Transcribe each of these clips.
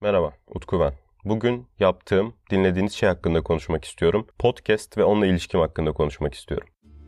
Merhaba, Utku ben. Bugün yaptığım, dinlediğiniz şey hakkında konuşmak istiyorum. Podcast ve onunla ilişkim hakkında konuşmak istiyorum.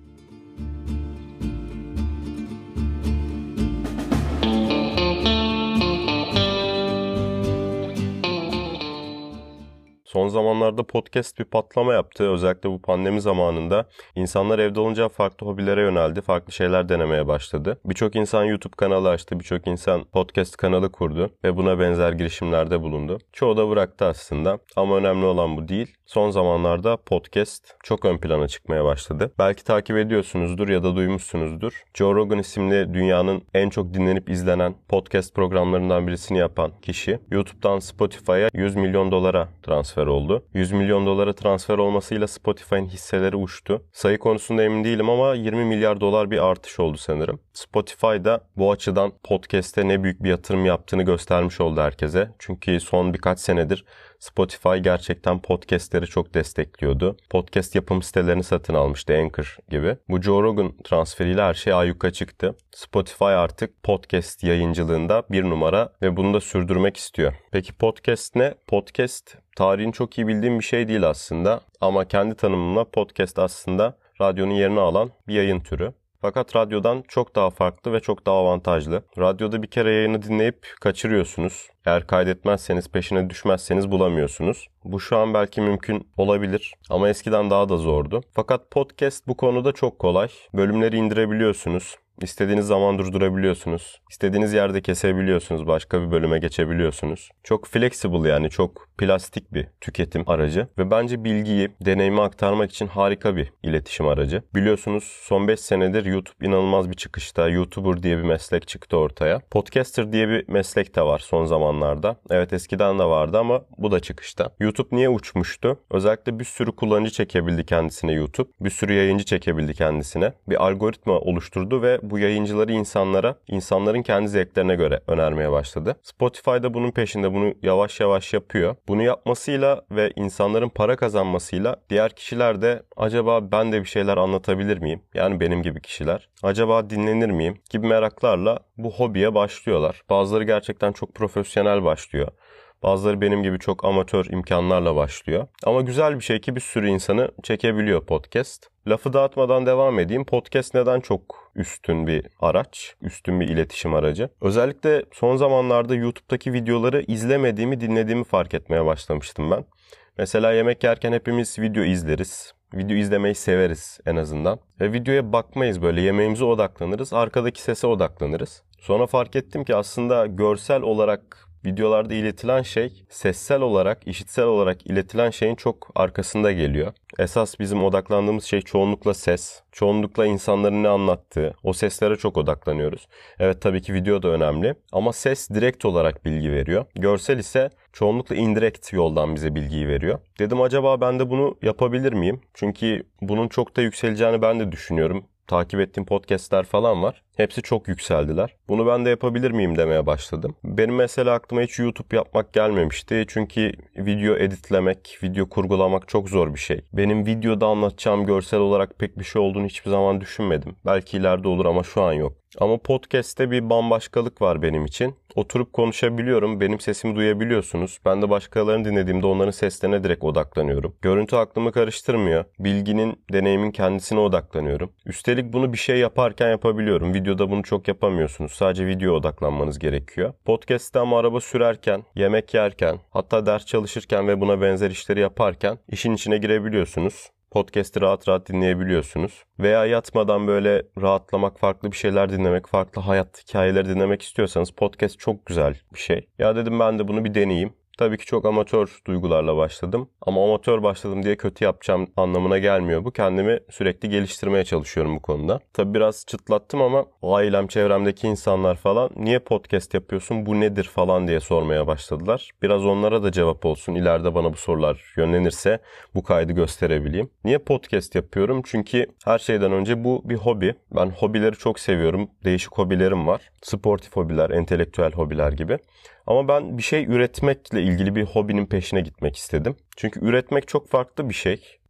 Son zamanlarda podcast bir patlama yaptı. Özellikle bu pandemi zamanında insanlar evde olunca farklı hobilere yöneldi. Farklı şeyler denemeye başladı. Birçok insan YouTube kanalı açtı. Birçok insan podcast kanalı kurdu ve buna benzer girişimlerde bulundu. Çoğu da bıraktı aslında. Ama önemli olan bu değil. Son zamanlarda podcast çok ön plana çıkmaya başladı. Belki takip ediyorsunuzdur ya da duymuşsunuzdur. Joe Rogan isimli dünyanın en çok dinlenip izlenen podcast programlarından birisini yapan kişi YouTube'dan Spotify'a 100 milyon dolara transfer oldu. 100 milyon dolara transfer olmasıyla Spotify'ın hisseleri uçtu. Sayı konusunda emin değilim ama 20 milyar dolar bir artış oldu sanırım. Spotify da bu açıdan podcast'e ne büyük bir yatırım yaptığını göstermiş oldu herkese. Çünkü son birkaç senedir Spotify gerçekten podcast'leri çok destekliyordu. Podcast yapım sitelerini satın almıştı, Anchor gibi. Bu Joe Rogan transferiyle her şey ayyuka çıktı. Spotify artık podcast yayıncılığında bir numara ve bunu da sürdürmek istiyor. Peki podcast ne? Podcast tarihini çok iyi bildiğim bir şey değil aslında. Ama kendi tanımımla podcast aslında radyonun yerini alan bir yayın türü. Fakat radyodan çok daha farklı ve çok daha avantajlı. Radyoda bir kere yayını dinleyip kaçırıyorsunuz. Eğer kaydetmezseniz, peşine düşmezseniz bulamıyorsunuz. Bu şu an belki mümkün olabilir ama eskiden daha da zordu. Fakat podcast bu konuda çok kolay. Bölümleri indirebiliyorsunuz. İstediğiniz zaman durdurabiliyorsunuz. İstediğiniz yerde kesebiliyorsunuz. Başka bir bölüme geçebiliyorsunuz. Çok flexible, yani çok plastik bir tüketim aracı. Ve bence bilgiyi, deneyimi aktarmak için harika bir iletişim aracı. Biliyorsunuz son 5 senedir YouTube inanılmaz bir çıkışta. YouTuber diye bir meslek çıktı ortaya. Podcaster diye bir meslek de var son zamanlarda. Evet, eskiden de vardı ama bu da çıkışta. YouTube niye uçmuştu? Özellikle bir sürü kullanıcı çekebildi kendisine YouTube. Bir sürü yayıncı çekebildi kendisine. Bir algoritma oluşturdu ve bu yayıncıları insanların kendi zevklerine göre önermeye başladı. Spotify da bunun peşinde, bunu yavaş yavaş yapıyor. Bunu yapmasıyla ve insanların para kazanmasıyla diğer kişiler de acaba ben de bir şeyler anlatabilir miyim? Yani benim gibi kişiler. Acaba dinlenir miyim? Gibi meraklarla bu hobiye başlıyorlar. Bazıları gerçekten çok profesyonel başlıyor. Bazıları benim gibi çok amatör imkanlarla başlıyor. Ama güzel bir şey ki bir sürü insanı çekebiliyor podcast. Lafı dağıtmadan devam edeyim. Podcast neden çok üstün bir araç, üstün bir iletişim aracı? Özellikle son zamanlarda YouTube'daki videoları izlemediğimi, dinlediğimi fark etmeye başlamıştım ben. Mesela yemek yerken hepimiz video izleriz. Video izlemeyi severiz en azından. Ve videoya bakmayız, böyle yemeğimize odaklanırız, arkadaki sese odaklanırız. Sonra fark ettim ki aslında görsel olarak videolarda iletilen şey, sessel olarak, işitsel olarak iletilen şeyin çok arkasında geliyor. Esas bizim odaklandığımız şey çoğunlukla ses, çoğunlukla insanların ne anlattığı, o seslere çok odaklanıyoruz. Evet, tabii ki video da önemli ama ses direkt olarak bilgi veriyor. Görsel ise çoğunlukla indirekt yoldan bize bilgiyi veriyor. Dedim acaba ben de bunu yapabilir miyim? Çünkü bunun çok da yükseleceğini ben de düşünüyorum. Takip ettiğim podcastler falan var. Hepsi çok yükseldiler. Bunu ben de yapabilir miyim demeye başladım. Benim mesela aklıma hiç YouTube yapmak gelmemişti. Çünkü video editlemek, video kurgulamak çok zor bir şey. Benim videoda anlatacağım görsel olarak pek bir şey olduğunu hiçbir zaman düşünmedim. Belki ileride olur ama şu an yok. Ama podcast'te bir bambaşkalık var benim için. Oturup konuşabiliyorum, benim sesimi duyabiliyorsunuz. Ben de başkalarını dinlediğimde onların seslerine direkt odaklanıyorum. Görüntü aklımı karıştırmıyor. Bilginin, deneyimin kendisine odaklanıyorum. Üstelik bunu bir şey yaparken yapabiliyorum. Videoda bunu çok yapamıyorsunuz. Sadece videoya odaklanmanız gerekiyor. Podcast'te ama araba sürerken, yemek yerken, hatta ders çalışırken ve buna benzer işleri yaparken işin içine girebiliyorsunuz. Podcast'i rahat rahat dinleyebiliyorsunuz. Veya yatmadan böyle rahatlamak, farklı bir şeyler dinlemek, farklı hayat hikayeleri dinlemek istiyorsanız podcast çok güzel bir şey. Ya dedim ben de bunu bir deneyeyim. Tabii ki çok amatör duygularla başladım. Ama amatör başladım diye kötü yapacağım anlamına gelmiyor bu. Kendimi sürekli geliştirmeye çalışıyorum bu konuda. Tabii biraz çıtlattım ama ailem, çevremdeki insanlar falan niye podcast yapıyorsun, bu nedir falan diye sormaya başladılar. Biraz onlara da cevap olsun. İleride bana bu sorular yönlenirse bu kaydı gösterebileyim. Niye podcast yapıyorum? Çünkü her şeyden önce bu bir hobi. Ben hobileri çok seviyorum. Değişik hobilerim var. Sportif hobiler, entelektüel hobiler gibi. Ama ben bir şey üretmekle ilgili bir hobinin peşine gitmek istedim. Çünkü üretmek çok farklı bir şey.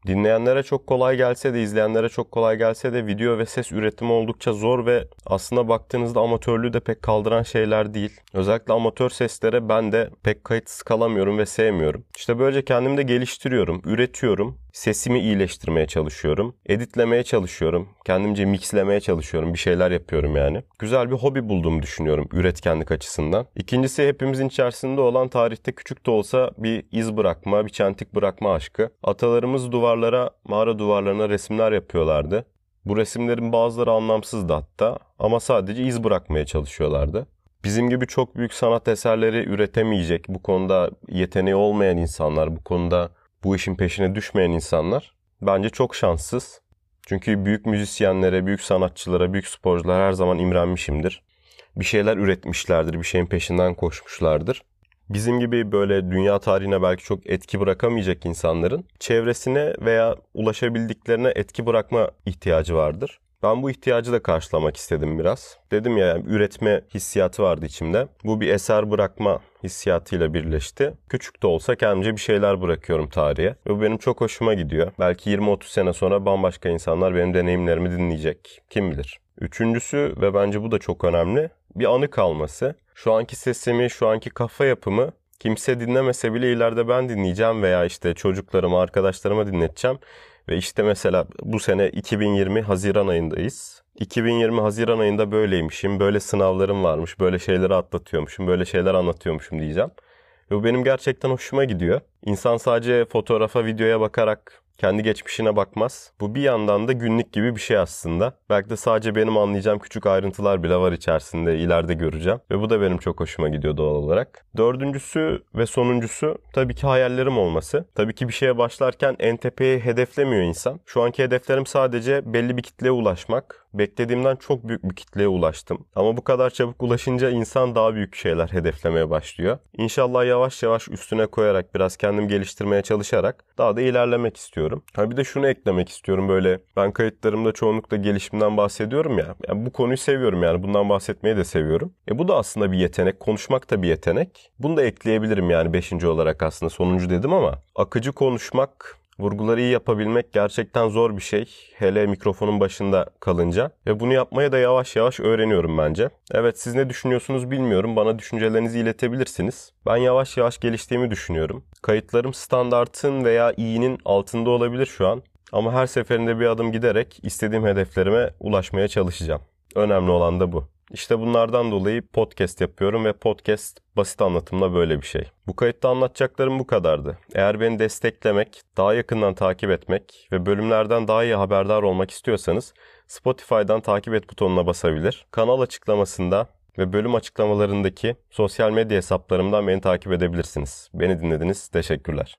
Dinleyenlere çok kolay gelse de, izleyenlere çok kolay gelse de video ve ses üretimi oldukça zor ve aslında baktığınızda amatörlüğü de pek kaldıran şeyler değil. Özellikle amatör seslere ben de pek kayıtsız kalamıyorum ve sevmiyorum. İşte böylece kendimi de geliştiriyorum, üretiyorum. Sesimi iyileştirmeye çalışıyorum. Editlemeye çalışıyorum. Kendimce mixlemeye çalışıyorum. Bir şeyler yapıyorum yani. Güzel bir hobi bulduğumu düşünüyorum üretkenlik açısından. İkincisi hepimizin içerisinde olan, tarihte küçük de olsa bir iz bırakma, bir çentik bırakma aşkı. Atalarımız duvarlara, mağara duvarlarına resimler yapıyorlardı. Bu resimlerin bazıları anlamsızdı hatta ama sadece iz bırakmaya çalışıyorlardı. Bizim gibi çok büyük sanat eserleri üretemeyecek, bu konuda yeteneği olmayan insanlar, bu konuda bu işin peşine düşmeyen insanlar bence çok şanssız. Çünkü büyük müzisyenlere, büyük sanatçılara, büyük sporculara her zaman imrenmişimdir. Bir şeyler üretmişlerdir, bir şeyin peşinden koşmuşlardır. Bizim gibi böyle dünya tarihine belki çok etki bırakamayacak insanların çevresine veya ulaşabildiklerine etki bırakma ihtiyacı vardır. Ben bu ihtiyacı da karşılamak istedim biraz. Dedim ya, üretme hissiyatı vardı içimde. Bu bir eser bırakma hissiyatıyla birleşti. Küçük de olsa kendimce bir şeyler bırakıyorum tarihe. Ve bu benim çok hoşuma gidiyor. Belki 20-30 sene sonra bambaşka insanlar benim deneyimlerimi dinleyecek. Kim bilir. Üçüncüsü ve bence bu da çok önemli, bir anı kalması. Şu anki sesimi, şu anki kafa yapımı kimse dinlemese bile ileride ben dinleyeceğim veya işte çocuklarıma, arkadaşlarıma dinleteceğim. Ve işte mesela bu sene 2020 Haziran ayındayız. 2020 Haziran ayında böyleymişim, böyle sınavlarım varmış, böyle şeyleri atlatıyormuşum, böyle şeyler anlatıyormuşum diyeceğim. Ve bu benim gerçekten hoşuma gidiyor. İnsan sadece fotoğrafa, videoya bakarak kendi geçmişine bakmaz. Bu bir yandan da günlük gibi bir şey aslında. Belki de sadece benim anlayacağım küçük ayrıntılar bile var içerisinde, ileride göreceğim. Ve bu da benim çok hoşuma gidiyor doğal olarak. Dördüncüsü ve sonuncusu tabii ki hayallerim olması. Tabii ki bir şeye başlarken en tepeyi hedeflemiyor insan. Şu anki hedeflerim sadece belli bir kitleye ulaşmak. Beklediğimden çok büyük bir kitleye ulaştım. Ama bu kadar çabuk ulaşınca insan daha büyük şeyler hedeflemeye başlıyor. İnşallah yavaş yavaş üstüne koyarak, biraz kendim geliştirmeye çalışarak daha da ilerlemek istiyorum. Ha bir de şunu eklemek istiyorum, böyle ben kayıtlarımda çoğunlukla gelişimden bahsediyorum ya. Yani bu konuyu seviyorum, yani bundan bahsetmeyi de seviyorum. Bu da aslında bir yetenek. Konuşmak da bir yetenek. Bunu da ekleyebilirim yani 5. olarak, aslında sonuncu dedim ama akıcı konuşmak, vurguları iyi yapabilmek gerçekten zor bir şey. Hele mikrofonun başında kalınca. Ve bunu yapmaya da yavaş yavaş öğreniyorum bence. Evet, siz ne düşünüyorsunuz bilmiyorum. Bana düşüncelerinizi iletebilirsiniz. Ben yavaş yavaş geliştiğimi düşünüyorum. Kayıtlarım standartın veya iyinin altında olabilir şu an. Ama her seferinde bir adım giderek istediğim hedeflerime ulaşmaya çalışacağım. Önemli olan da bu. İşte bunlardan dolayı podcast yapıyorum ve podcast basit anlatımla böyle bir şey. Bu kayıtta anlatacaklarım bu kadardı. Eğer beni desteklemek, daha yakından takip etmek ve bölümlerden daha iyi haberdar olmak istiyorsanız Spotify'dan takip et butonuna basabilir. Kanal açıklamasında ve bölüm açıklamalarındaki sosyal medya hesaplarımdan beni takip edebilirsiniz. Beni dinlediniz. Teşekkürler.